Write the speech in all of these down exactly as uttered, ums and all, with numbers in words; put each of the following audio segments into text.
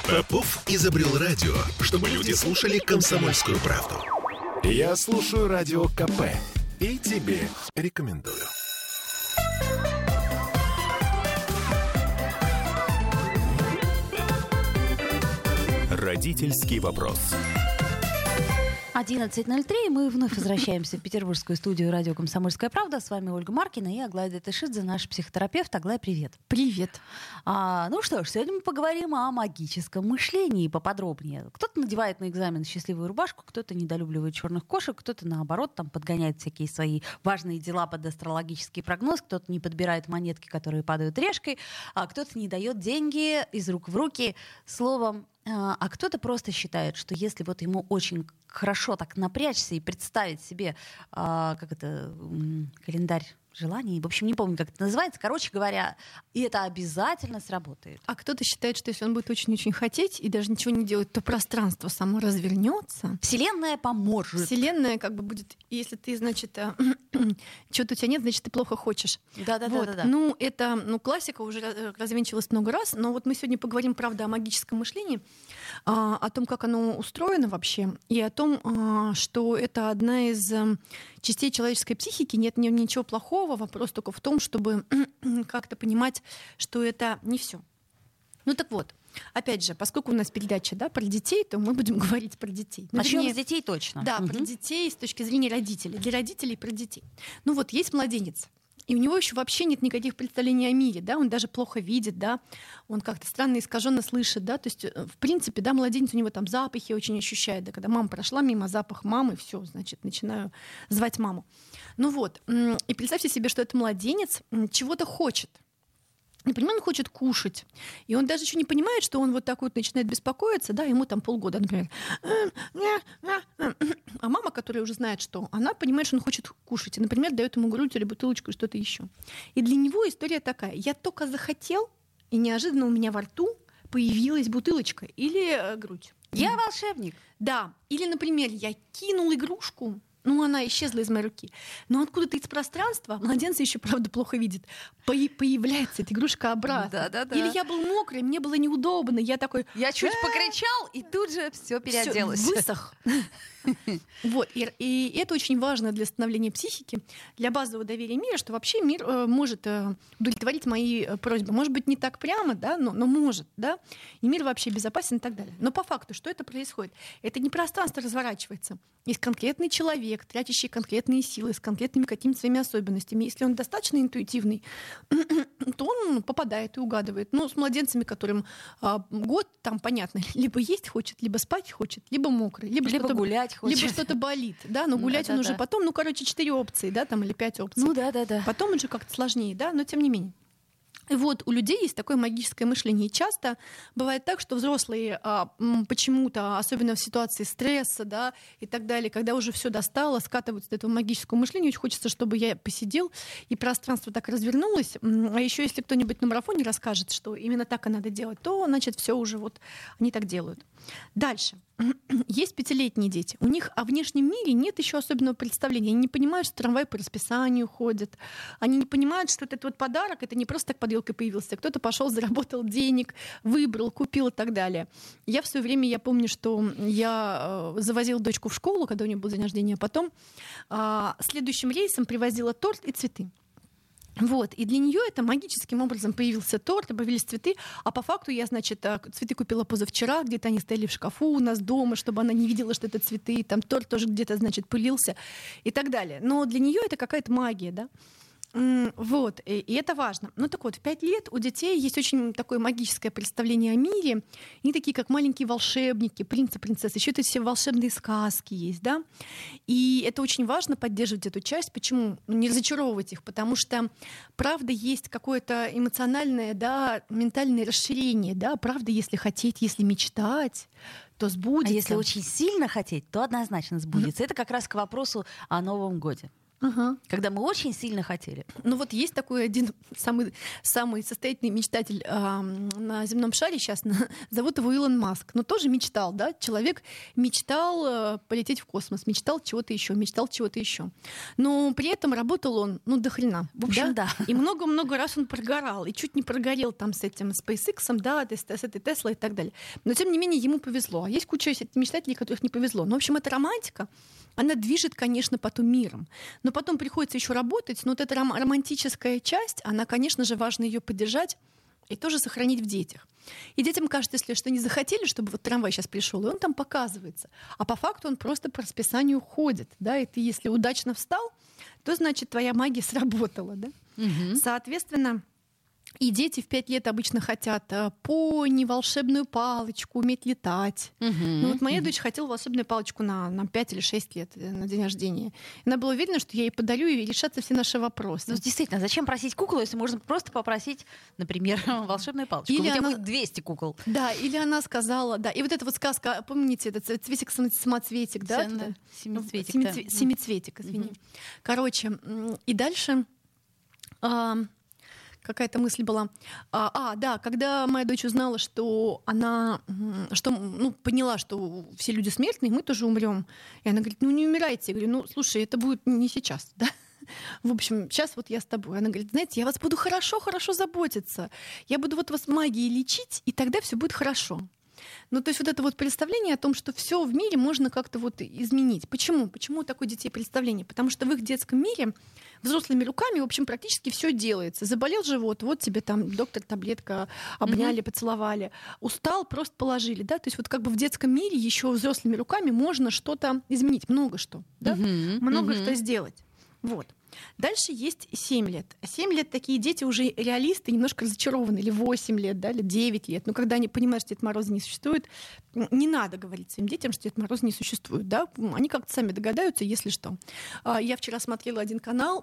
Попов изобрел радио, чтобы люди слушали «Комсомольскую правду». Я слушаю Радио КП и тебе рекомендую. Родительский вопрос. одиннадцать ноль три, мы вновь возвращаемся в петербургскую студию радио «Комсомольская правда». С вами Ольга Маркина и Аглая Датышидзе, наш психотерапевт. Аглая, привет. Привет. А, ну что ж, сегодня мы поговорим о магическом мышлении поподробнее. Кто-то надевает на экзамен счастливую рубашку, кто-то недолюбливает черных кошек, кто-то, наоборот, там подгоняет всякие свои важные дела под астрологический прогноз, кто-то не подбирает монетки, которые падают решкой, а кто-то не дает деньги из рук в руки. Словом, а кто-то просто считает, что если вот ему очень хорошо так напрячься и представить себе, а, как это, календарь желаний, в общем, не помню, как это называется, короче говоря, и это обязательно сработает. А кто-то считает, что если он будет очень-очень хотеть и даже ничего не делать, то пространство само развернется. Вселенная поможет. Вселенная как бы будет, если ты, значит, чего-то у тебя нет, значит, ты плохо хочешь. Да-да-да. Вот. да, да. Ну, это, ну, классика уже развенчивалась много раз, но вот мы сегодня поговорим, правда, о магическом мышлении, о том, как оно устроено вообще, и о том, что это одна из частей человеческой психики, нет в нем ничего плохого, вопрос только в том, чтобы как-то понимать, что это не все. Ну так вот, опять же, поскольку у нас передача, да, про детей, то мы будем говорить про детей. Ну, Начнем вернее, с детей точно. Да, угу. про детей с точки зрения родителей. Для родителей про детей. Ну вот, есть младенец. И у него еще вообще нет никаких представлений о мире, да, он даже плохо видит, да, он как-то странно искаженно слышит, да, то есть, в принципе, да, младенец у него там запахи очень ощущает, да, когда мама прошла мимо, запах мамы, все, значит, начинаю звать маму. Ну вот, и представьте себе, что этот младенец чего-то хочет. Например, он хочет кушать, и он даже еще не понимает, что он вот так вот начинает беспокоиться, да, ему там полгода, например. А мама, которая уже знает, что, она понимает, что он хочет кушать, и, например, дает ему грудь или бутылочку, или что-то еще. И для него история такая: я только захотел, и неожиданно у меня во рту появилась бутылочка или грудь. Я волшебник. Да. Или, например, я кинул игрушку, ну, она исчезла из моей руки. Но откуда-то из пространства, младенцы еще, правда, плохо видят, по- появляется эта игрушка обратно. Да-да-да. Или я был мокрый, мне было неудобно, я такой... Я чуть покричал, и тут же все переоделось. Всё, высох. Вот, и, и это очень важно для становления психики, для базового доверия мира, что вообще мир э, может э, удовлетворить мои э, просьбы. Может быть, не так прямо, да, но, но может, да, и мир вообще безопасен и так далее. Но по факту, что это происходит? Это не пространство разворачивается. Есть конкретный человек, тратящий конкретные силы, с конкретными какими-то своими особенностями. Если он достаточно интуитивный, то он попадает и угадывает. Ну, с младенцами, которым а, год, там, понятно, либо есть хочет, либо спать хочет, либо мокрый, либо, либо гулять хочет. Либо что-то болит, да, но гулять да, он да, уже да. потом, ну, короче, четыре опции, да, там, или пять опций. Ну да, да, да. Потом уже как-то сложнее, да, но тем не менее. И вот у людей есть такое магическое мышление. И часто бывает так, что взрослые а, м, почему-то, особенно в ситуации стресса, да, и так далее, когда уже все достало, скатываются до этого магического мышления, очень хочется, чтобы я посидел, и пространство так развернулось. А еще если кто-нибудь на марафоне расскажет, что именно так и надо делать, то, значит, все уже вот они так делают. Дальше. Есть пятилетние дети. У них о внешнем мире нет еще особенного представления. Они не понимают, что трамвай по расписанию ходит. Они не понимают, что этот вот подарок, это не просто так под елкой появился. Кто-то пошел, заработал денег, выбрал, купил и так далее. Я в свое время, я помню, что я завозила дочку в школу, когда у нее был день рождения, а потом следующим рейсом привозила торт и цветы. Вот, и для нее это магическим образом появился торт, появились цветы, а по факту я, значит, цветы купила позавчера, где-то они стояли в шкафу у нас дома, чтобы она не видела, что это цветы, там торт тоже где-то, значит, пылился и так далее. Но для нее это какая-то магия, да. Вот, и это важно. Ну так вот, в пять лет у детей есть очень такое магическое представление о мире. Они такие, как маленькие волшебники, принцы, принцессы. Еще это все волшебные сказки есть, да. И это очень важно поддерживать эту часть. Почему? Не разочаровывать их, потому что правда есть какое-то эмоциональное, да, ментальное расширение, да. Правда, если хотеть, если мечтать, то сбудется. А если очень сильно хотеть, то однозначно сбудется. Mm-hmm. Это как раз к вопросу о Новом годе. Ага. Когда мы очень сильно хотели. Ну вот есть такой один самый, самый состоятельный мечтатель э, на земном шаре сейчас, на, зовут его Илон Маск. Но тоже мечтал, да? Человек мечтал э, полететь в космос, мечтал чего-то еще, мечтал чего-то еще. Но при этом работал он, ну, до хрена. В общем, да. да. И много-много раз он прогорал, и чуть не прогорел там с этим SpaceX, да, с этой Теслой и так далее. Но тем не менее ему повезло. А есть куча мечтателей, которых не повезло. Но, в общем, эта романтика, она движет, конечно, потом миром. Но потом приходится еще работать. Но вот эта ром- романтическая часть, она, конечно же, важно ее поддержать и тоже сохранить в детях. И детям кажется, если что не захотели, чтобы вот трамвай сейчас пришел, и он там показывается. А по факту он просто по расписанию ходит. Да? И ты, если удачно встал, то, значит, твоя магия сработала. Да? Угу. Соответственно, и дети в пять лет обычно хотят пони, волшебную палочку, уметь летать. Угу. Ну, вот моя угу. дочь хотела волшебную палочку на, на пять или шесть лет на день рождения. Она была уверена, что я ей подарю, и решатся все наши вопросы. Ну, действительно, зачем просить куклу, если можно просто попросить, например, волшебную палочку? Или У тебя она... будет двести кукол. Да, или она сказала, да. И вот эта вот сказка, помните, этот цветик, самоцветик, да? Ценно. Семицветик. Семицве... Да. Семицветик, извини. Угу. Короче, и дальше... А... Какая-то мысль была. А, а, да, когда моя дочь узнала, что она, что, ну, поняла, что все люди смертные, мы тоже умрем. И она говорит, ну не умирайте. Я говорю, ну слушай, это будет не сейчас, да? В общем, сейчас вот я с тобой. Она говорит, знаете, я вас буду хорошо-хорошо заботиться. Я буду вот вас магией лечить, и тогда все будет хорошо. Ну, то есть вот это вот представление о том, что все в мире можно как-то вот изменить. Почему? Почему у такое детей представление? Потому что в их детском мире взрослыми руками, в общем, практически все делается. Заболел живот, вот тебе там доктор, таблетка, обняли, mm-hmm. поцеловали. Устал, просто положили, да? То есть вот как бы в детском мире еще взрослыми руками можно что-то изменить, много что, да? Mm-hmm. Много mm-hmm. что сделать. Вот. Дальше есть семь лет. семь лет такие дети уже реалисты, немножко разочарованы. Или восемь лет, да, или девять лет. Но когда они понимают, что Дед Мороза не существует, не надо говорить своим детям, что Дед Мороз не существует. Да? Они как-то сами догадаются, если что. Я вчера смотрела один канал,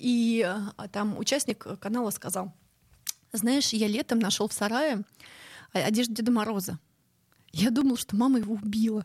и там участник канала сказал, знаешь, я летом нашел в сарае одежду Деда Мороза. Я думал, что мама его убила.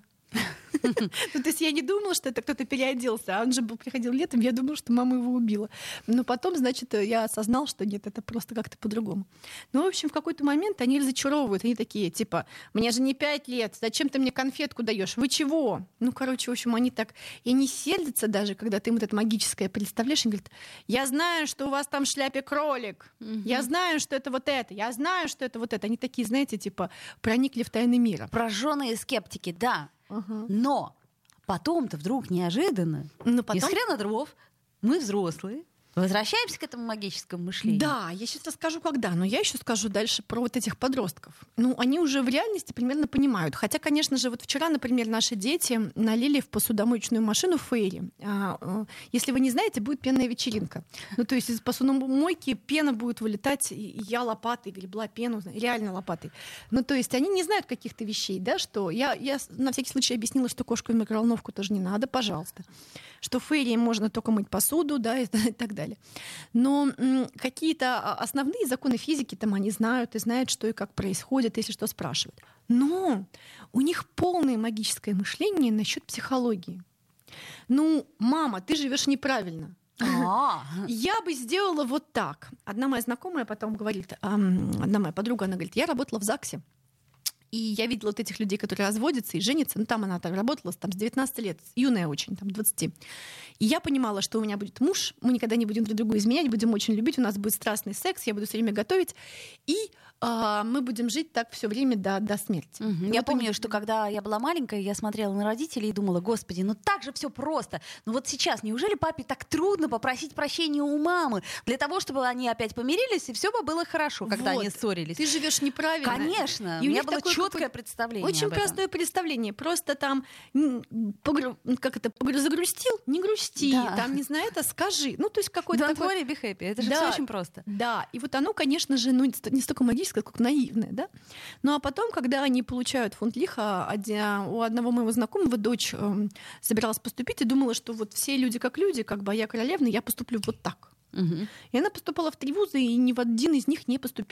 Ну, то есть я не думала, что это кто-то переоделся, а он же был, приходил летом, я думала, что мама его убила. Но потом, значит, я осознал, что нет, это просто как-то по-другому. Ну, в общем, в какой-то момент они разочаровывают, они такие, типа, мне же не пять лет, зачем ты мне конфетку даешь? Вы чего? Ну, короче, в общем, они так, и они сердятся даже, когда ты им вот это магическое представляешь, и говорят, я знаю, что у вас там в шляпе кролик, угу. я знаю, что это вот это, я знаю, что это вот это. Они такие, знаете, типа, проникли в тайны мира. Прожженные скептики, да. Uh-huh. Но потом-то вдруг неожиданно, Но потом... из хрена дров, мы взрослые, возвращаемся к этому магическому мышлению. Да, я сейчас расскажу, когда, но я еще скажу дальше про вот этих подростков. Ну, они уже в реальности примерно понимают. Хотя, конечно же, вот вчера, например, наши дети налили в посудомоечную машину Фейри. Если вы не знаете, будет пенная вечеринка. Ну, то есть из посудомойки пена будет вылетать, и я лопатой гребла пену, реально лопатой. Ну, то есть они не знают каких-то вещей, да, что... Я, я на всякий случай объяснила, что кошку в микроволновку тоже не надо, пожалуйста. Что Фейри можно только мыть посуду, да, и, и так далее. Но м, какие-то основные законы физики там они знают и знают, что и как происходит, если что спрашивают. Но у них полное магическое мышление насчет психологии. Ну, мама, ты живешь неправильно. Я бы сделала вот так. Одна моя знакомая потом говорит, одна моя подруга, она говорит, я работала в ЗАГСе. И я видела вот этих людей, которые разводятся и женятся. Ну, там она так работала там, с девятнадцати лет, юная очень, там, двадцати. И я понимала, что у меня будет муж, мы никогда не будем друг другу изменять, будем очень любить, у нас будет страстный секс, я буду все время готовить. И а, мы будем жить так все время до, до смерти. Угу. Я помню, что когда я была маленькая, я смотрела на родителей и думала, господи, ну так же все просто. Ну вот сейчас, неужели папе так трудно попросить прощения у мамы для того, чтобы они опять помирились, и все бы было хорошо, когда вот. они ссорились? Ты живешь неправильно. Конечно. И у меня было четкое представление. Очень простое представление. Просто там погру... как это, загрустил, не грусти. Да. Там, не знаю, это скажи. Ну, то есть какой-то Don't такой... worry, be happy. Это же да. все очень просто. Да. И вот оно, конечно же, ну, не столько магическое, сколько наивное, да. Ну, а потом, когда они получают фунт лиха, у одного моего знакомого дочь э, собиралась поступить и думала, что вот все люди как люди, как бы, а я королевна, я поступлю вот так. Угу. И она поступала в три вуза, и ни в один из них не поступила.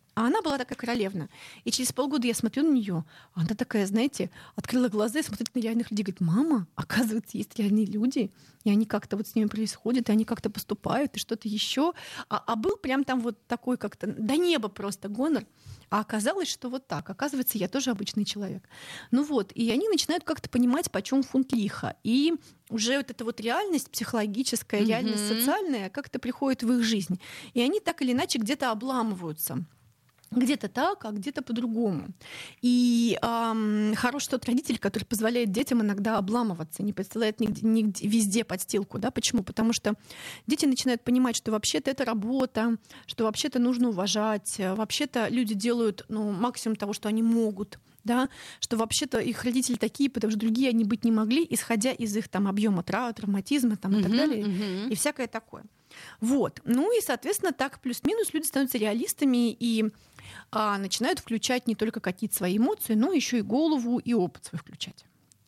А она была такая королевна. И через полгода я смотрю на нее, она такая, знаете, открыла глаза и смотрит на реальных людей. Говорит, мама, оказывается, есть реальные люди, и они как-то вот с ними происходят, и они как-то поступают, и что-то еще. А, а был прям там вот такой как-то до неба просто гонор. А оказалось, что вот так. Оказывается, я тоже обычный человек. Ну вот, и они начинают как-то понимать, почем фунт лиха. И уже вот эта вот реальность психологическая, mm-hmm. реальность социальная как-то приходит в их жизнь. И они так или иначе где-то обламываются. Где-то так, а где-то по-другому. И эм, хороший тот родитель, который позволяет детям иногда обламываться, не подстилает нигде, нигде, везде подстилку. Да? Почему? Потому что дети начинают понимать, что вообще-то это работа, что вообще-то нужно уважать, вообще-то люди делают ну, максимум того, что они могут. Да, что вообще-то их родители такие, потому что другие они быть не могли, исходя из их там объема трав, травматизма там, и так далее, и всякое такое. Вот. Ну и, соответственно, так плюс-минус люди становятся реалистами и а, начинают включать не только какие-то свои эмоции, но еще и голову и опыт свой включать.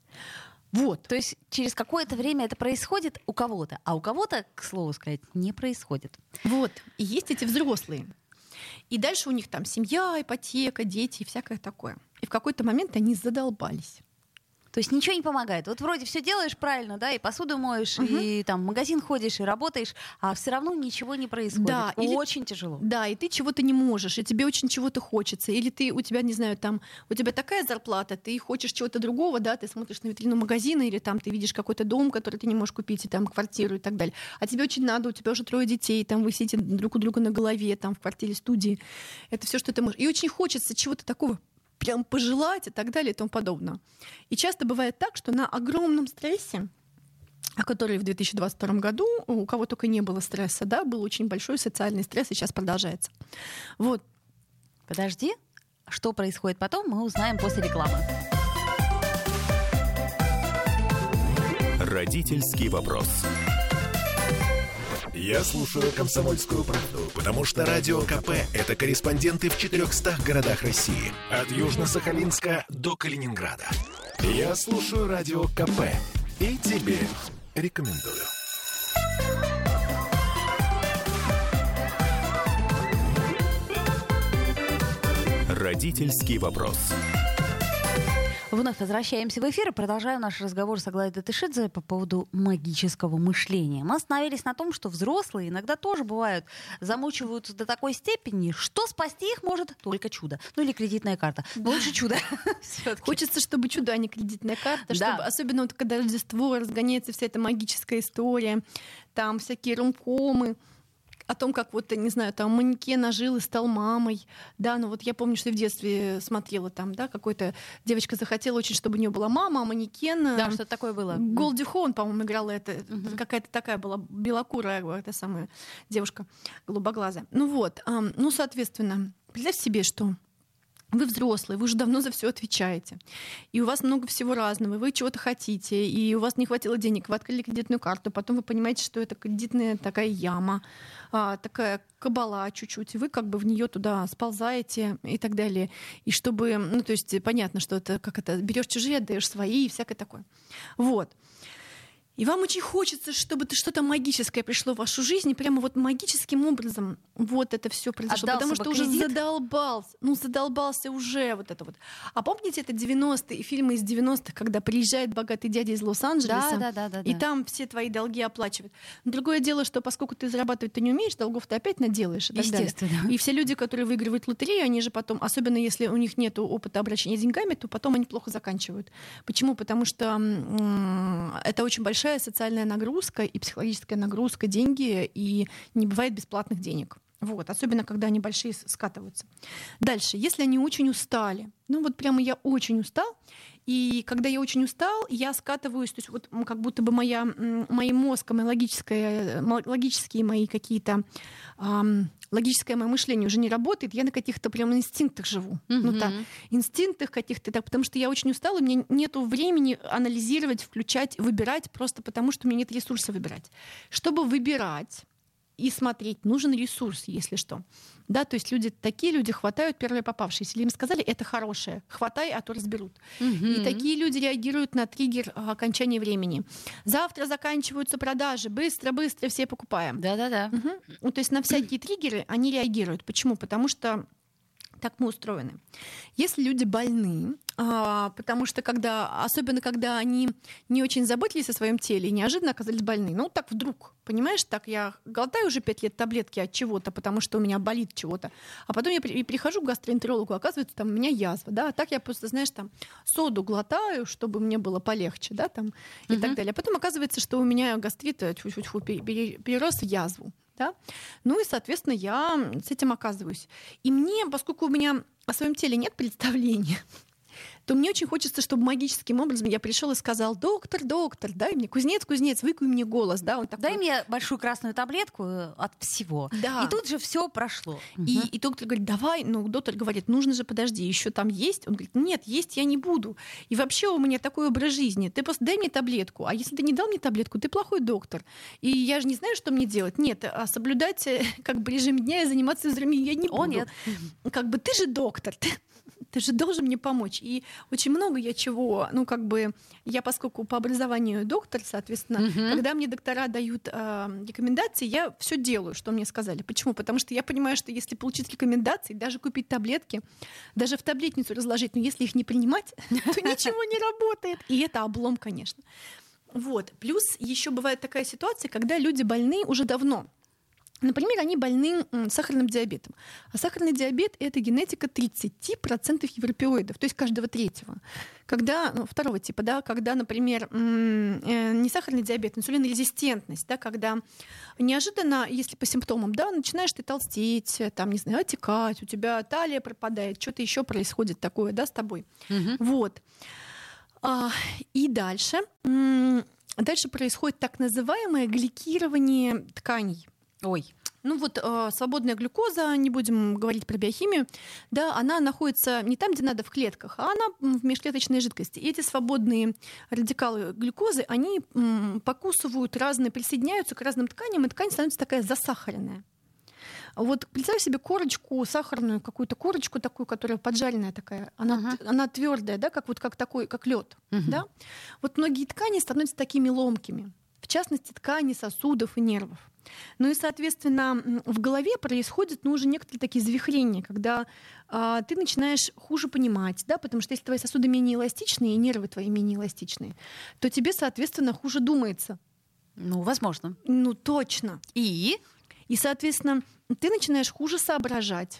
Вот. То есть через какое-то время это происходит у кого-то, а у кого-то, к слову сказать, не происходит. Вот. И есть эти взрослые. И дальше у них там семья, ипотека, дети и всякое такое. И в какой-то момент они задолбались. То есть ничего не помогает. Вот вроде все делаешь правильно, да, и посуду моешь, угу. и там в магазин ходишь, и работаешь, а все равно ничего не происходит. Да, очень или, тяжело. Да, и ты чего-то не можешь, и тебе очень чего-то хочется. Или ты, у тебя, не знаю, там, у тебя такая зарплата, ты хочешь чего-то другого, да, ты смотришь на витрину магазина, или там ты видишь какой-то дом, который ты не можешь купить, и там квартиру и так далее. А тебе очень надо, у тебя уже трое детей, там вы сидите друг у друга на голове, там в квартире, студии. Это все, что ты можешь. И очень хочется чего-то такого прям пожелать и так далее и тому подобное. И часто бывает так, что на огромном стрессе, о котором в две тысячи двадцать втором году у кого только не было стресса, да, был очень большой социальный стресс, и сейчас продолжается. Вот. Подожди, что происходит потом, мы узнаем после рекламы. Родительский вопрос. Я слушаю «Комсомольскую правду», потому что Радио КП — это корреспонденты в четырехстах городах России. От Южно-Сахалинска до Калининграда. Я слушаю Радио КП и тебе рекомендую. Родительский вопрос. Вновь возвращаемся в эфир и продолжаем наш разговор с Аглаей Датышидзе по поводу магического мышления. Мы остановились на том, что взрослые иногда тоже бывают, замучиваются до такой степени, что спасти их может только чудо. Ну или кредитная карта. Но лучше чудо. Хочется, чтобы чудо, а не кредитная карта. Да. Чтобы, особенно вот, когда Рождество, разгоняется вся эта магическая история, там всякие ромкомы, о том, как вот, не знаю, там манекен ожил и стал мамой, да, ну вот я помню, что я в детстве смотрела там, да, какой-то девочка захотела очень, чтобы у нее была мама, а манекен... Да, что такое было? Голди Хоун, по-моему, играла это, uh-huh. какая-то такая была белокурая, эта самая девушка, голубоглазая. Ну вот, ну, соответственно, представь себе, что вы взрослые, вы уже давно за все отвечаете. И у вас много всего разного, вы чего-то хотите, и у вас не хватило денег, вы открыли кредитную карту, потом вы понимаете, что это кредитная такая яма, такая кабала чуть-чуть, и вы как бы в нее туда сползаете и так далее. И чтобы, ну то есть понятно, что это как это, берешь чужие, отдаешь свои и всякое такое. Вот. И вам очень хочется, чтобы что-то магическое пришло в вашу жизнь, и прямо вот магическим образом вот это все произошло. Отдался потому что уже кредит? задолбался. Ну, задолбался уже вот это вот. А помните, это девяностые, фильмы из девяностых, когда приезжает богатый дядя из Лос-Анджелеса, да, да, да, да, и да. там все твои долги оплачивают. Но другое дело, что поскольку ты зарабатывать ты не умеешь, долгов ты опять наделаешь. И так Естественно. далее. И все люди, которые выигрывают лотерею, они же потом, особенно если у них нет опыта обращения деньгами, то потом они плохо заканчивают. Почему? Потому что м- это очень большая социальная нагрузка и психологическая нагрузка, деньги, и не бывает бесплатных денег. Вот, особенно когда они большие скатываются. Дальше, если они очень устали, ну вот прямо я очень устал, и когда я очень устал, я скатываюсь, то есть вот как будто бы моя, мой мозг, мои логические, логические мои какие-то, эм, логическое мое мышление уже не работает, я на каких-то прям инстинктах живу. Mm-hmm. Ну так, инстинктах каких-то, так, потому что я очень устала, у меня нету времени анализировать, включать, выбирать, просто потому что у меня нет ресурса выбирать. Чтобы выбирать и смотреть, нужен ресурс, если что. Да, то есть люди, такие люди хватают первые попавшиеся. Или им сказали, это хорошее, хватай, а то разберут. Mm-hmm. И такие люди реагируют на триггер окончания времени. Завтра заканчиваются продажи, быстро-быстро все покупаем. Да-да-да. Угу. Ну, то есть на всякие триггеры они реагируют. Почему? Потому что Так мы устроены. Если люди больны, а, потому что когда, особенно когда они не очень заботились о своем теле и неожиданно оказались больны, ну так вдруг, понимаешь, так я глотаю уже пять лет таблетки от чего-то, потому что у меня болит чего-то, а потом я при, прихожу к гастроэнтерологу, оказывается, там у меня язва, да, а так я просто, знаешь, там соду глотаю, чтобы мне было полегче, да, там и uh-huh. так далее. А потом оказывается, что у меня гастрит перерос в язву. Да? Ну и, соответственно, я с этим оказываюсь. И мне, поскольку у меня о своем теле нет представления, то мне очень хочется, чтобы магическим образом я пришел и сказал: доктор, доктор, дай мне, кузнец, кузнец, выкуй мне голос. Да, он такой... Дай мне большую красную таблетку от всего. Да. И тут же все прошло. И, угу. и доктор говорит: давай, ну, доктор говорит: нужно же, подожди, еще там есть? Он говорит: нет, есть я не буду. И вообще у меня такой образ жизни. Ты просто дай мне таблетку. А если ты не дал мне таблетку, ты плохой доктор. И я же не знаю, что мне делать. Нет, а соблюдать как бы режим дня и заниматься здоровьем я не буду. О, нет. Как бы ты же доктор, ты, ты же должен мне помочь. И очень много я чего, ну как бы, я поскольку по образованию доктор, соответственно, uh-huh. когда мне доктора дают э, рекомендации, я все делаю, что мне сказали. Почему? Потому что я понимаю, что если получить рекомендации, даже купить таблетки, даже в таблетницу разложить, но если их не принимать, то ничего не работает. И это облом, конечно. Вот. Плюс еще бывает такая ситуация, когда люди больны уже давно. Например, они больны сахарным диабетом. А сахарный диабет — это генетика тридцать процентов европеоидов, то есть каждого третьего. Когда, ну, второго типа, да, когда, например, не сахарный диабет, инсулинорезистентность, да, когда неожиданно, если по симптомам, да, начинаешь ты толстеть, там, не знаю, отекать, у тебя талия пропадает, что-то еще происходит такое, да, с тобой. Угу. Вот. И дальше, дальше происходит так называемое гликирование тканей. Ой. Ну вот э, свободная глюкоза, не будем говорить про биохимию, да, она находится не там, где надо, в клетках, а она в межклеточной жидкости. И эти свободные радикалы глюкозы, они м, покусывают разные, присоединяются к разным тканям, и ткань становится такая засахаренная. Вот представь себе корочку сахарную, какую-то корочку такую, которая поджаренная такая, она, uh-huh. она твердая, да, как вот как такой, как лед, uh-huh. да. Вот многие ткани становятся такими ломкими, в частности ткани сосудов и нервов. Ну и, соответственно, в голове происходят, ну, уже некоторые такие завихрения, когда а, ты начинаешь хуже понимать, да, потому что если твои сосуды менее эластичные и нервы твои менее эластичные, то тебе, соответственно, хуже думается. Ну, возможно. Ну, точно. И? И, соответственно, ты начинаешь хуже соображать.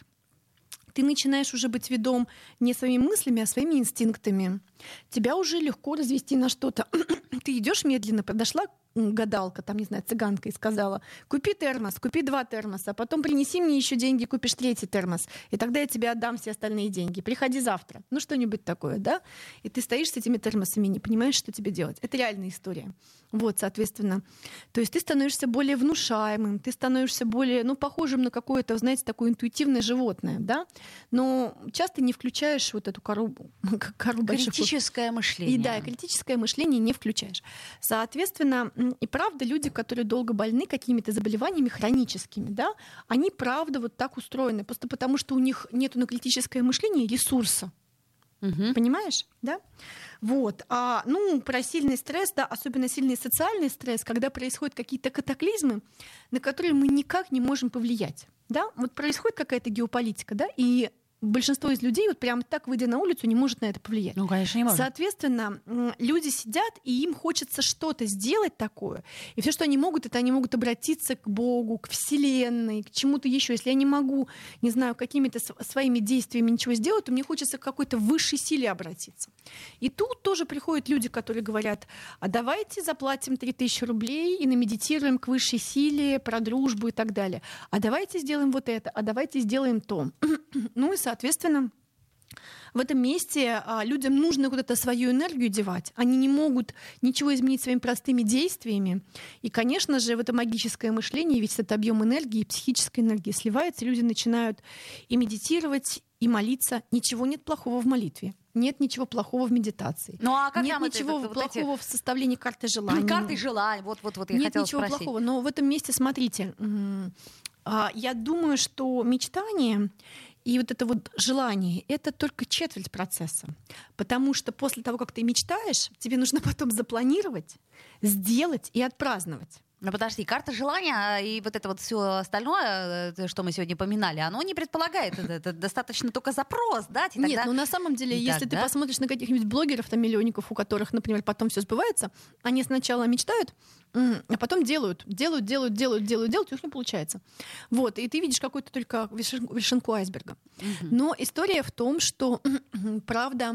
Ты начинаешь уже быть ведом не своими мыслями, а своими инстинктами. Тебя уже легко развести на что-то. Ты идешь медленно, подошла гадалка, там, не знаю, цыганка, и сказала: купи термос, купи два термоса, а потом принеси мне еще деньги, купишь третий термос, и тогда я тебе отдам все остальные деньги. Приходи завтра. Ну, что-нибудь такое, да? И ты стоишь с этими термосами и не понимаешь, что тебе делать. Это реальная история. Вот, соответственно. То есть ты становишься более внушаемым, ты становишься более, ну, похожим на какое-то, знаете, такое интуитивное животное, да? Но часто не включаешь вот эту кору, кору больших... Критическое мышление. И да, критическое мышление не включаешь. Соответственно, и правда, люди, которые долго больны какими-то заболеваниями хроническими, да, они правда вот так устроены, просто потому что у них нету на критическое мышление ресурса. Угу. Понимаешь? Да? Вот. А, ну, про сильный стресс, да, особенно сильный социальный стресс, когда происходят какие-то катаклизмы, на которые мы никак не можем повлиять. Да? Вот происходит какая-то геополитика, да, и большинство из людей вот прямо так, выйдя на улицу, не может на это повлиять. Ну, конечно, не может. Соответственно, люди сидят, и им хочется что-то сделать такое. И все, что они могут, это они могут обратиться к Богу, к Вселенной, к чему-то еще. Если я не могу, не знаю, какими-то своими действиями ничего сделать, то мне хочется к какой-то высшей силе обратиться. И тут тоже приходят люди, которые говорят: а давайте заплатим три тысячи рублей и намедитируем к высшей силе, про дружбу и так далее. А давайте сделаем вот это, а давайте сделаем то. Ну и, соответственно, в этом месте а, людям нужно куда-то свою энергию девать. Они не могут ничего изменить своими простыми действиями. И, конечно же, в это магическое мышление весь этот объем энергии и психической энергии сливается, и люди начинают и медитировать, и молиться. Ничего нет плохого в молитве. Нет ничего плохого в медитации. Ну, а как нет ничего это, плохого вот эти... в составлении карты желаний. Карты желаний. Вот, вот, вот я нет хотела ничего спросить. плохого. Но в этом месте, смотрите, я думаю, что мечтание и вот это вот желание — это только четверть процесса. Потому что после того, как ты мечтаешь, тебе нужно потом запланировать, сделать и отпраздновать. Ну, подожди, карта желания и вот это вот все остальное, что мы сегодня поминали, оно не предполагает, это, это достаточно только запрос, да? И Нет, тогда... ну на самом деле, И если тогда... ты посмотришь на каких-нибудь блогеров, там, миллионников, у которых, например, потом все сбывается, они сначала мечтают, а потом делают, делают, делают, делают, делают, делают, и у них не получается. Вот, и ты видишь какую-то только вершинку айсберга. Mm-hmm. Но история в том, что, правда,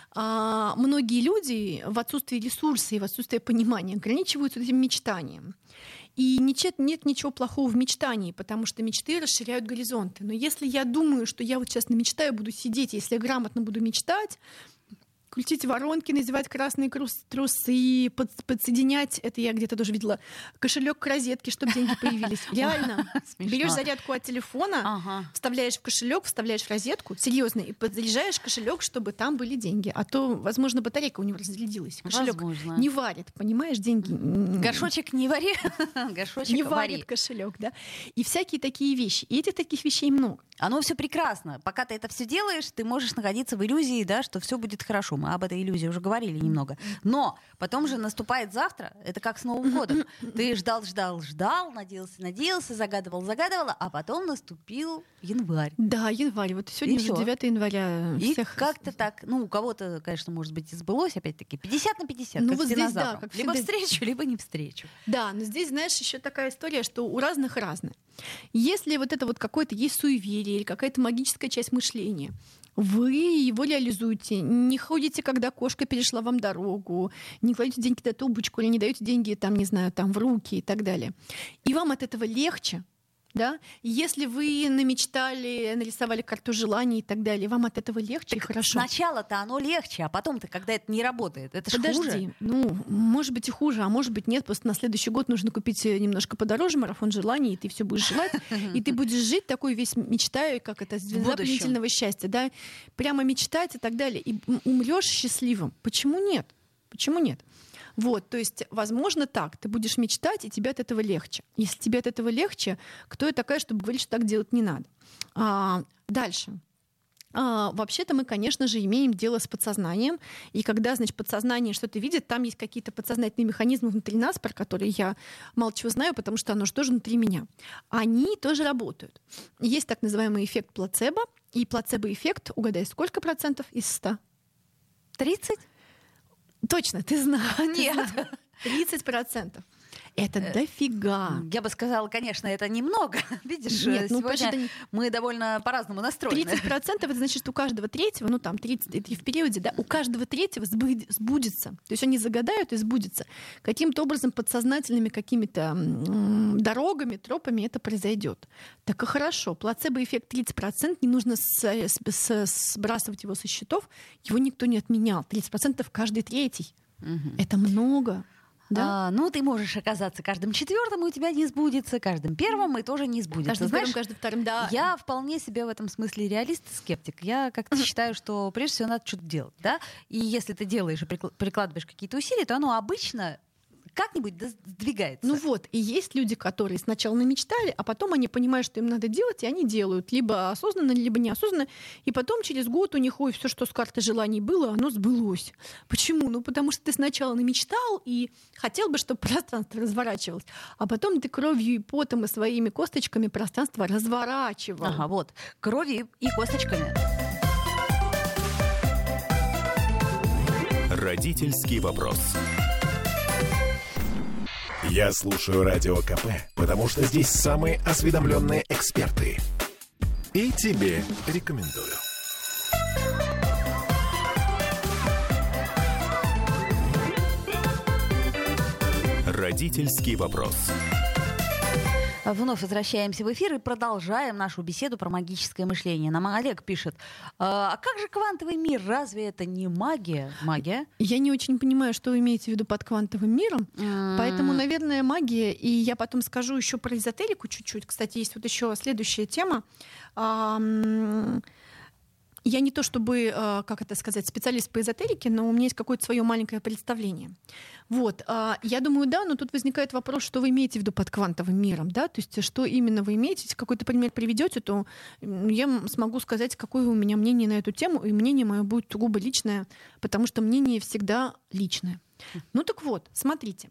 многие люди в отсутствии ресурса и в отсутствии понимания ограничиваются этим мечтанием. И нет, нет ничего плохого в мечтании, потому что мечты расширяют горизонты. Но если я думаю, что я вот сейчас намечтаю, буду сидеть, если я грамотно буду мечтать, крутить воронки, надевать красные трусы, под, подсоединять, это я где-то тоже видела, кошелек к розетке, чтобы деньги появились. Реально. Берешь зарядку от телефона, ага. вставляешь в кошелек, вставляешь в розетку, серьезно, и подзаряжаешь кошелек, чтобы там были деньги. А то, возможно, батарейка у него разрядилась. Кошелек не варит, понимаешь, деньги. Горшочек не вари, горшочек не вари. варит кошелек, да. И всякие такие вещи. И этих таких вещей много. Оно все прекрасно. Пока ты это все делаешь, ты можешь находиться в иллюзии, да, что все будет хорошо. Мы об этой иллюзии уже говорили немного. Но потом же наступает завтра. Это как с Новым годом. Ты ждал, ждал, ждал, надеялся, надеялся, загадывал, загадывал, а потом наступил январь. Да, январь. Вот сегодня уже девятое января. И всех... как-то так, ну, у кого-то, конечно, может быть, и сбылось, опять-таки, пятьдесят на пятьдесят, ну, как вот с здесь, да, как либо всегда... встречу, либо не встречу. Да, но здесь, знаешь, еще такая история, что у разных разное. Если вот это вот какое-то есть суеверие или какая-то магическая часть мышления, вы его реализуете. Не ходите, когда кошка перешла вам дорогу, не кладете деньги на тумбочку или не даете деньги, там, не знаю, там, в руки и так далее. И вам от этого легче. Да? Если вы намечтали, нарисовали карту желаний и так далее, вам от этого легче так и хорошо. Сначала-то оно легче, а потом-то, когда это не работает, это ж Подожди, хуже. Ну, может быть и хуже, а может быть нет. Просто на следующий год нужно купить немножко подороже марафон желаний, и ты все будешь желать, и ты будешь жить такой весь мечтая, как это, звезда пленительного счастья, да, прямо мечтать и так далее, и умрешь счастливым. Почему нет? Почему нет? Вот, то есть, возможно, так. Ты будешь мечтать, и тебе от этого легче. Если тебе от этого легче, кто я такая, чтобы говорить, что так делать не надо? А, дальше. А, вообще-то мы, конечно же, имеем дело с подсознанием. И когда, значит, подсознание что-то видит, там есть какие-то подсознательные механизмы внутри нас, про которые я мало чего знаю, потому что оно же тоже внутри меня. Они тоже работают. Есть так называемый эффект плацебо. И плацебо-эффект, угадай, сколько процентов из ста? тридцать? Точно, ты знаешь. Нет. тридцать процентов. Это дофига. Я бы сказала, конечно, это немного. Видишь, Нет, ну, сегодня это... мы довольно по-разному настроены. тридцать процентов это значит, что у каждого третьего, ну там тридцать, это в периоде, да, у каждого третьего сбудется. То есть они загадают и сбудется. Каким-то образом подсознательными какими-то м- дорогами, тропами это произойдет. Так и хорошо. Плацебо-эффект тридцать процентов, не нужно с- с- сбрасывать его со счетов, его никто не отменял. тридцать процентов каждый третий. Угу. Это много. Да? А, ну, ты можешь оказаться каждым четвертым, и у тебя не сбудется, каждым первым, и тоже не сбудется. Каждым Знаешь, первым, каждым вторым, да. Я вполне себе в этом смысле реалист и скептик. Я как-то считаю, что прежде всего надо что-то делать, да? И если ты делаешь и прикладываешь какие-то усилия, то оно обычно как-нибудь сдвигается. Ну вот, и есть люди, которые сначала намечтали, а потом они понимают, что им надо делать, и они делают. Либо осознанно, либо неосознанно. И потом через год у них, ой, все, что с карты желаний было, оно сбылось. Почему? Ну потому что ты сначала намечтал и хотел бы, чтобы пространство разворачивалось. А потом ты кровью и потом и своими косточками пространство разворачивал. Ага, вот. Кровью и косточками. Родительский вопрос. Я слушаю Радио КП, потому что здесь самые осведомленные эксперты. И тебе рекомендую. Родительский вопрос. Вновь возвращаемся в эфир и продолжаем нашу беседу про магическое мышление. Нам Олег пишет, а как же квантовый мир? Разве это не магия? Магия? Я не очень понимаю, что вы имеете в виду под квантовым миром. Mm. Поэтому, наверное, магия. И я потом скажу еще про эзотерику чуть-чуть. Кстати, есть вот еще следующая тема. Я не то чтобы, как это сказать, специалист по эзотерике, но у меня есть какое-то свое маленькое представление. Вот, а, я думаю, да, но тут возникает вопрос, что вы имеете в виду под квантовым миром, да, то есть что именно вы имеете, если какой-то пример приведете, то я смогу сказать, какое у меня мнение на эту тему, и мнение мое будет сугубо личное, потому что мнение всегда личное. Ну так вот, смотрите.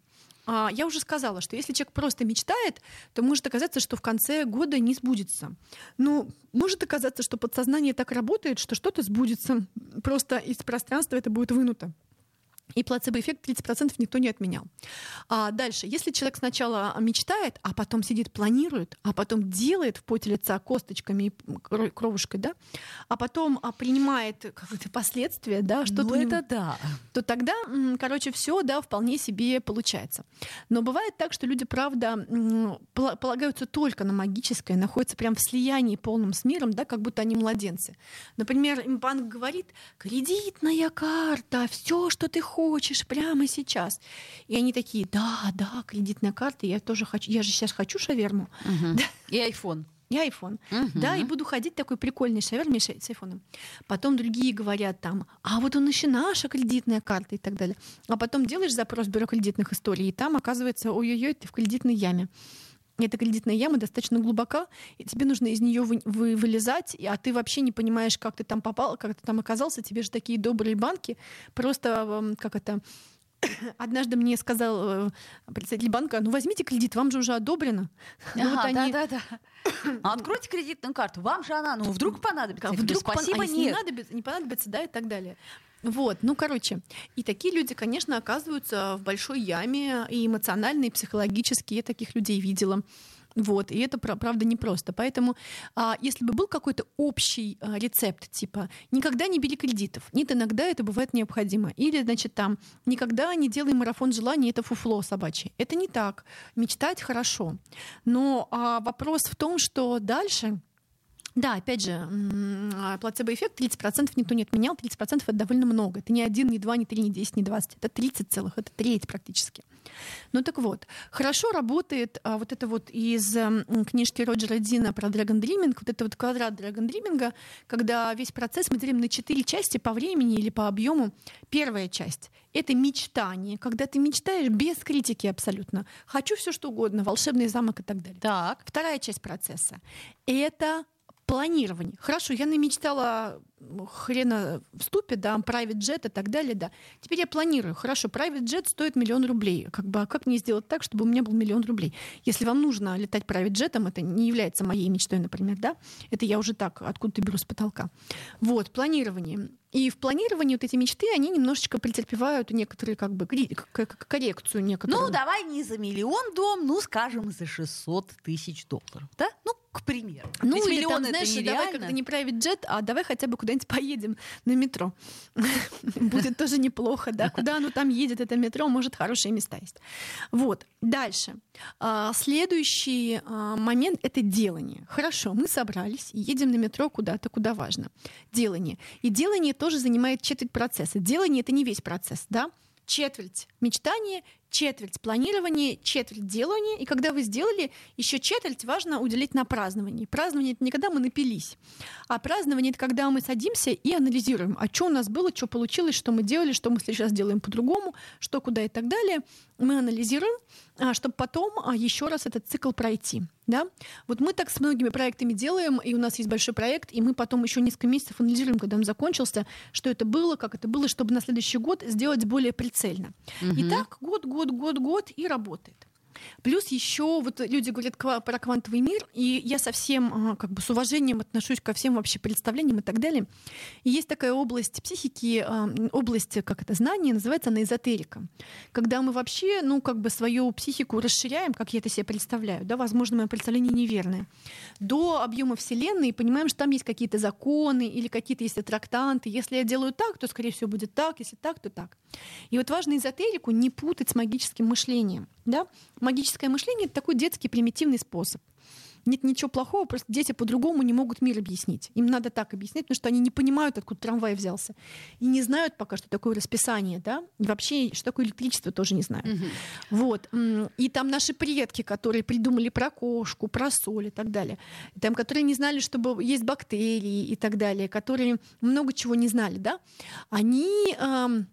Я уже сказала, что если человек просто мечтает, то может оказаться, что в конце года не сбудется. Но может оказаться, что подсознание так работает, что что-то сбудется. Просто из пространства это будет вынуто. И плацебо-эффект тридцать процентов никто не отменял. А дальше, если человек сначала мечтает, а потом сидит, планирует, а потом делает в поте лица косточками и кровушкой, да, а потом принимает какие-то последствия, да, что-то ну, у него, это да. то тогда, короче, все, да, вполне себе получается. Но бывает так, что люди, правда, полагаются только на магическое, находятся прям в слиянии полном с миром, да, как будто они младенцы. Например, им банк говорит: кредитная карта, все, что ты хочешь, хочешь прямо сейчас. И они такие: да, да, кредитная карта, я тоже хочу, я же сейчас хочу шаверму. Угу. И айфон. И айфон. Угу. Да, и буду ходить такой прикольный шаверме с айфоном. Потом другие говорят там: а вот он еще наша кредитная карта и так далее. А потом делаешь запрос в бюро кредитных историй, и там оказывается: ой-ой-ой, ты в кредитной яме. Эта кредитная яма достаточно глубока, и тебе нужно из нее вы, вы, вылезать, а ты вообще не понимаешь, как ты там попал, как ты там оказался. Тебе же такие добрые банки. Просто как это... Однажды мне сказал представитель банка: ну возьмите кредит, вам же уже одобрено. Ага, ну, вот они... да, да, да. Откройте кредитную карту, вам же она, ну вдруг понадобится. А вдруг спасибо, пон... а нет. Не, понадобится, не понадобится, да, и так далее. Вот, ну, короче, и такие люди, конечно, оказываются в большой яме, и эмоционально, и психологически. Я таких людей видела. Вот, и это, правда, непросто. Поэтому, а, если бы был какой-то общий а, рецепт, типа «никогда не бери кредитов», нет, иногда это бывает необходимо. Или, значит, там «никогда не делай марафон желаний, это фуфло собачье». Это не так. Мечтать хорошо. Но а, вопрос в том, что дальше... Да, опять же, плацебо-эффект тридцать процентов никто не отменял, тридцать процентов это довольно много. Это не один, не два, не три, не десять, не двадцать. Это тридцать целых, это треть практически. Ну так вот, хорошо работает а, вот это вот из а, книжки Роджера Дина про Dragon Dreaming, вот это вот квадрат Dragon Dreaming, когда весь процесс мы делим на четыре части по времени или по объему. Первая часть — это мечтание, когда ты мечтаешь без критики абсолютно. Хочу все что угодно, волшебный замок и так далее. Так. Вторая часть процесса — это планирование. Хорошо, я намечтала хрена в ступе, да, private jet и так далее, да. Теперь я планирую. Хорошо, private jet стоит миллион рублей. Как бы, а как мне сделать так, чтобы у меня был миллион рублей? Если вам нужно летать private jetом, это не является моей мечтой, например, да. Это я уже так откуда-то беру с потолка. Вот, планирование. И в планировании вот эти мечты, они немножечко претерпевают некоторые как бы коррекцию некоторую. Ну, давай не за миллион дом, ну, скажем, за шестьсот тысяч долларов, да? Ну, к примеру. Ну, Ведь или миллион там, это знаешь, нереально. давай как-то не private jet, а давай хотя бы куда-нибудь поедем на метро. Будет тоже неплохо, да. Куда оно там едет, это метро, может, хорошие места есть. Вот, дальше. Следующий момент — это делание. Хорошо, мы собрались, едем на метро куда-то, куда важно. Делание. И делание тоже занимает четверть процесса. Делание — это не весь процесс, да. Четверть мечтания, четверть планирования, четверть делания. И когда вы сделали, еще четверть важно уделить на празднование. Празднование — это не когда мы напились, а празднование — это когда мы садимся и анализируем, а что у нас было, что получилось, что мы делали, что мы сейчас делаем по-другому, что куда и так далее. Мы анализируем, чтобы потом еще раз этот цикл пройти. Да? Вот мы так с многими проектами делаем, и у нас есть большой проект, и мы потом еще несколько месяцев анализируем, когда он закончился, что это было, как это было, чтобы на следующий год сделать более прицельно. Угу. И так год, год, год, год и работает. Плюс еще вот люди говорят про квантовый мир, и я совсем как бы с уважением отношусь ко всем вообще представлениям и так далее. И есть такая область психики, область, как это, знания, называется она эзотерика. Когда мы вообще, ну, как бы свою психику расширяем, как я это себе представляю, да, возможно, мое представление неверное, до объема Вселенной, и понимаем, что там есть какие-то законы или какие-то есть трактанты. Если я делаю так, то, скорее всего, будет так, если так, то так. И вот важно эзотерику не путать с магическим мышлением. Да? Магическое мышление — это такой детский примитивный способ. Нет ничего плохого, просто дети по-другому не могут мир объяснить. Им надо так объяснять, потому что они не понимают, откуда трамвай взялся. И не знают пока, что такое расписание, да? И вообще, что такое электричество, тоже не знают. Угу. Вот. И там наши предки, которые придумали про кошку, про соль и так далее. Там, которые не знали, что есть бактерии и так далее, которые много чего не знали, да? Они... Эм,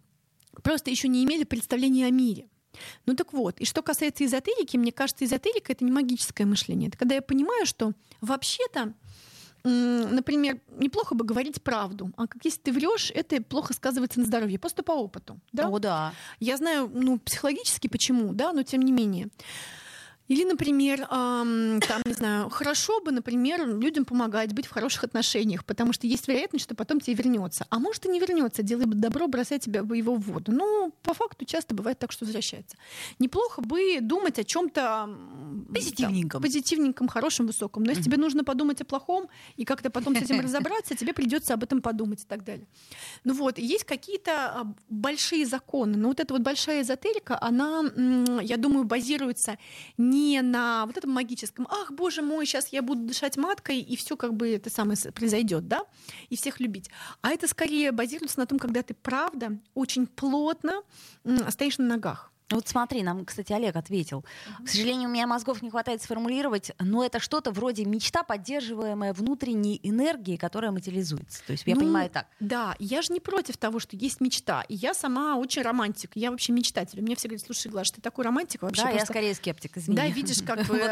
просто еще не имели представления о мире. Ну так вот, и что касается эзотерики, мне кажется, эзотерика — это не магическое мышление. Это когда я понимаю, что вообще-то, например, неплохо бы говорить правду, а как если ты врешь, это плохо сказывается на здоровье, просто по опыту. Да? О, да. Я знаю, ну, психологически почему, да, но тем не менее. Или, например, эм, там, не знаю, хорошо бы, например, людям помогать, быть в хороших отношениях, потому что есть вероятность, что потом тебе вернется. А может и не вернется, делай добро, бросай тебя его в воду. Ну, по факту часто бывает так, что возвращается. Неплохо бы думать о чем-то позитивненьком, позитивненьком, хорошем, высоком. Но если mm-hmm. тебе нужно подумать о плохом и как-то потом с этим разобраться, тебе придется об этом подумать и так далее. Ну вот, есть какие-то большие законы. Но вот эта вот большая эзотерика, она, я думаю, базируется не не на вот этом магическом, ах, боже мой, сейчас я буду дышать маткой, и все как бы это самое произойдет, да, и всех любить. А это скорее базируется на том, когда ты, правда, очень плотно стоишь на ногах. Вот смотри, нам, кстати, Олег ответил. Uh-huh. К сожалению, у меня мозгов не хватает сформулировать, но это что-то вроде мечта, поддерживаемая внутренней энергией, которая материализуется. То есть я ну, понимаю так. Да, я же не против того, что есть мечта. И я сама очень романтик. Я вообще мечтатель. Мне все говорят, слушай, Глаш, ты такой романтик вообще. Да, просто... я скорее скептик, извини. Да, видишь, как бы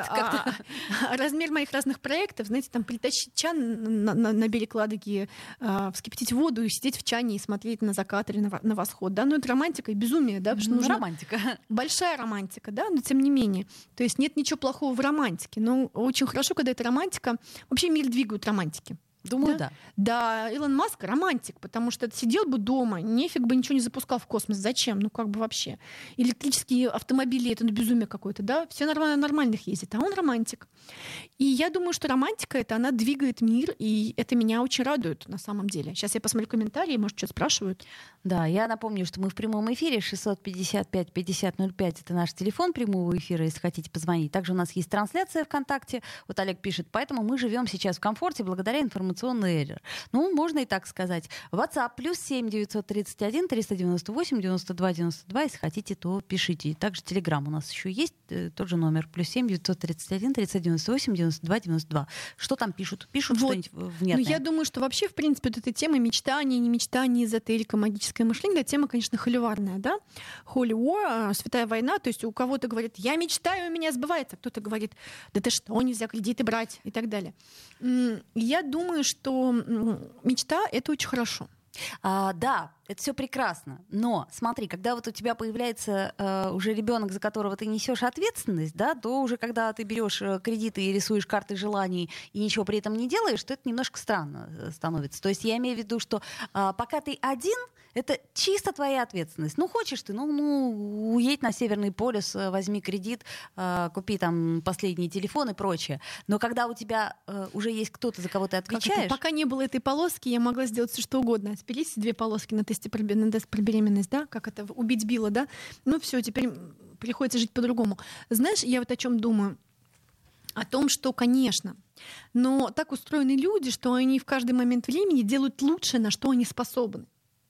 размер моих разных проектов, знаете, там притащить чан на берег Ладоги, вскипятить воду и сидеть в чане и смотреть на закат или на восход. Да, ну это романтика и безумие, да, потому что нужно... Романтика. Большая романтика, да, но тем не менее. То есть нет ничего плохого в романтике. Но очень хорошо, когда эта романтика... Вообще мир двигают романтики. Думаю, да. да. Да, Илон Маск романтик, потому что сидел бы дома, нефиг бы ничего не запускал в космос. Зачем? Ну как бы вообще. Электрические автомобили — это ну, безумие какое-то, да? Все нормально, нормальных ездят, а он романтик. И я думаю, что романтика — это она двигает мир, и это меня очень радует на самом деле. Сейчас я посмотрю комментарии, может, что-то спрашивают. Да, я напомню, что мы в прямом эфире. шестьсот пятьдесят пять пятьдесят ноль пять — это наш телефон прямого эфира, если хотите позвонить. Также у нас есть трансляция ВКонтакте. Вот Олег пишет, поэтому мы живем сейчас в комфорте благодаря информационной эррор. Ну, можно и так сказать. WhatsApp плюс семь девятьсот тридцать один триста девяносто восемь девяносто два девяносто два. Если хотите, то пишите. Также Telegram у нас еще есть, э, тот же номер. Плюс семь девятьсот тридцать один триста девяносто восемь девяносто два девяносто два. Что там пишут? Пишут вот. Что-нибудь внятное? Ну, я думаю, что вообще, в принципе, вот эта тема мечтания, не мечтания, эзотерика, магическое мышление, тема, конечно, холиварная, да? Holy War, святая война. То есть у кого-то говорит, я мечтаю, у меня сбывается. Кто-то говорит, да ты что, нельзя кредиты брать и так далее. Я думаю, что мечта — это очень хорошо. А, да, это все прекрасно. Но смотри, когда вот у тебя появляется э, уже ребенок, за которого ты несешь ответственность, да, то уже когда ты берешь э, кредиты и рисуешь карты желаний и ничего при этом не делаешь, то это немножко странно э, становится. То есть я имею в виду, что э, пока ты один, это чисто твоя ответственность. Ну, хочешь ты, ну, ну уедь на Северный полюс, возьми кредит, э, купи там последний телефон и прочее. Но когда у тебя э, уже есть кто-то, за кого ты отвечаешь... Пока не было этой полоски, я могла сделать все, что угодно. Спились две полоски на тесте про, на тест про беременность, да, как это, убить Билла, да. Ну, все, теперь приходится жить по-другому. Знаешь, я вот о чем думаю? О том, что, конечно, но так устроены люди, что они в каждый момент времени делают лучшее, на что они способны.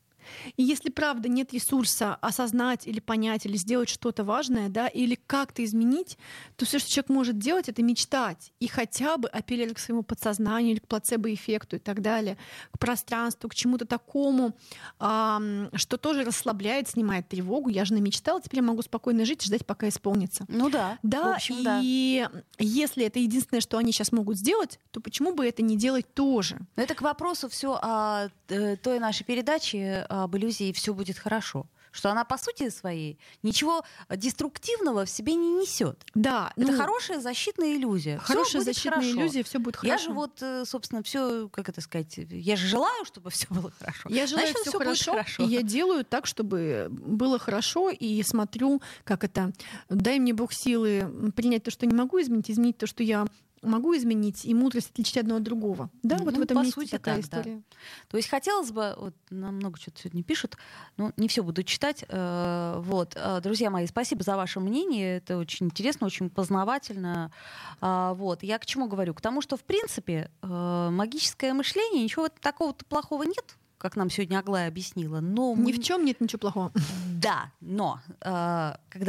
И если, правда, нет ресурса осознать или понять, или сделать что-то важное, да, или как-то изменить, то все, что человек может делать, это мечтать. И хотя бы апеллировать к своему подсознанию или к плацебо-эффекту и так далее, к пространству, к чему-то такому, эм, что тоже расслабляет, снимает тревогу. Я же намечтала, теперь я могу спокойно жить и ждать, пока исполнится. Ну да, да, в общем, и да. Если это единственное, что они сейчас могут сделать, то почему бы это не делать тоже? Но это к вопросу все о той нашей передаче об иллюзии «все будет хорошо». Что она, по сути своей, ничего деструктивного в себе не несет. Да, это ну, хорошая защитная иллюзия. Хорошая защитная хорошо. иллюзия, все будет хорошо. Я же вот, собственно, все, как это сказать, я же желаю, чтобы все было хорошо. Я желаю, все хорошо, хорошо, и я делаю так, чтобы было хорошо, и смотрю, как это, дай мне Бог силы принять то, что не могу изменить, изменить то, что я могу изменить, и мудрость отличить одно от другого. Да, ну, вот в этом по месте сути, такая так, история. Да. То есть хотелось бы, вот, нам много что-то сегодня пишут, но не все буду читать. Вот. Друзья мои, спасибо за ваше мнение, это очень интересно, очень познавательно. Вот. Я к чему говорю? К тому, что, в принципе, магическое мышление, ничего такого плохого нет, как нам сегодня Аглая объяснила. Но Ни мы... в чем нет ничего плохого. Да, но когда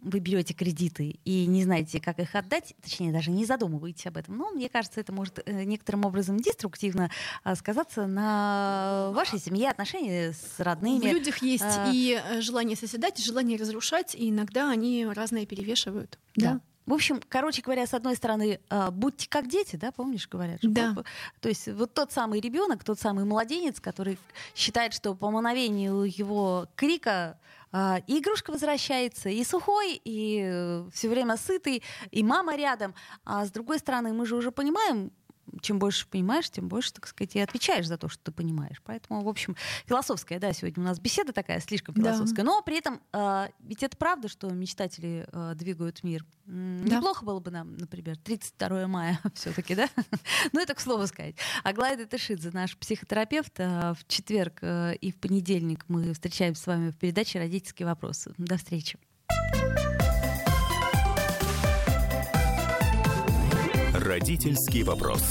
вы берете кредиты и не знаете, как их отдать, точнее, даже не задумываетесь об этом, но мне кажется, это может э, некоторым образом деструктивно э, сказаться на вашей семье, отношения с родными. В людях есть А... и желание созидать, и желание разрушать, и иногда они разные перевешивают. Да. Да. В общем, короче говоря, с одной стороны, э, будьте как дети, да, помнишь, говорят? Что, да. То есть вот тот самый ребенок, тот самый младенец, который считает, что по мановению его крика э, и игрушка возвращается, и сухой, и э, все время сытый, и мама рядом. А с другой стороны, мы же уже понимаем, чем больше понимаешь, тем больше, так сказать, и отвечаешь за то, что ты понимаешь. Поэтому, в общем, философская, да, сегодня у нас беседа такая слишком философская. Да. Но при этом, э, ведь это правда, что мечтатели э, двигают мир. Да. Неплохо было бы нам, например, тридцать второе мая все-таки, да? Ну, это к слову сказать. Аглайда Тышидзе, наш психотерапевт, э, в четверг э, и в понедельник мы встречаемся с вами в передаче «Родительские вопросы». До встречи. Родительский вопрос.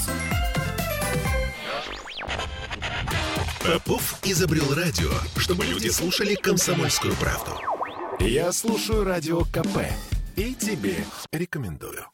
Попов изобрел радио, чтобы люди слушали «Комсомольскую правду». Я слушаю радио ка пэ и тебе рекомендую.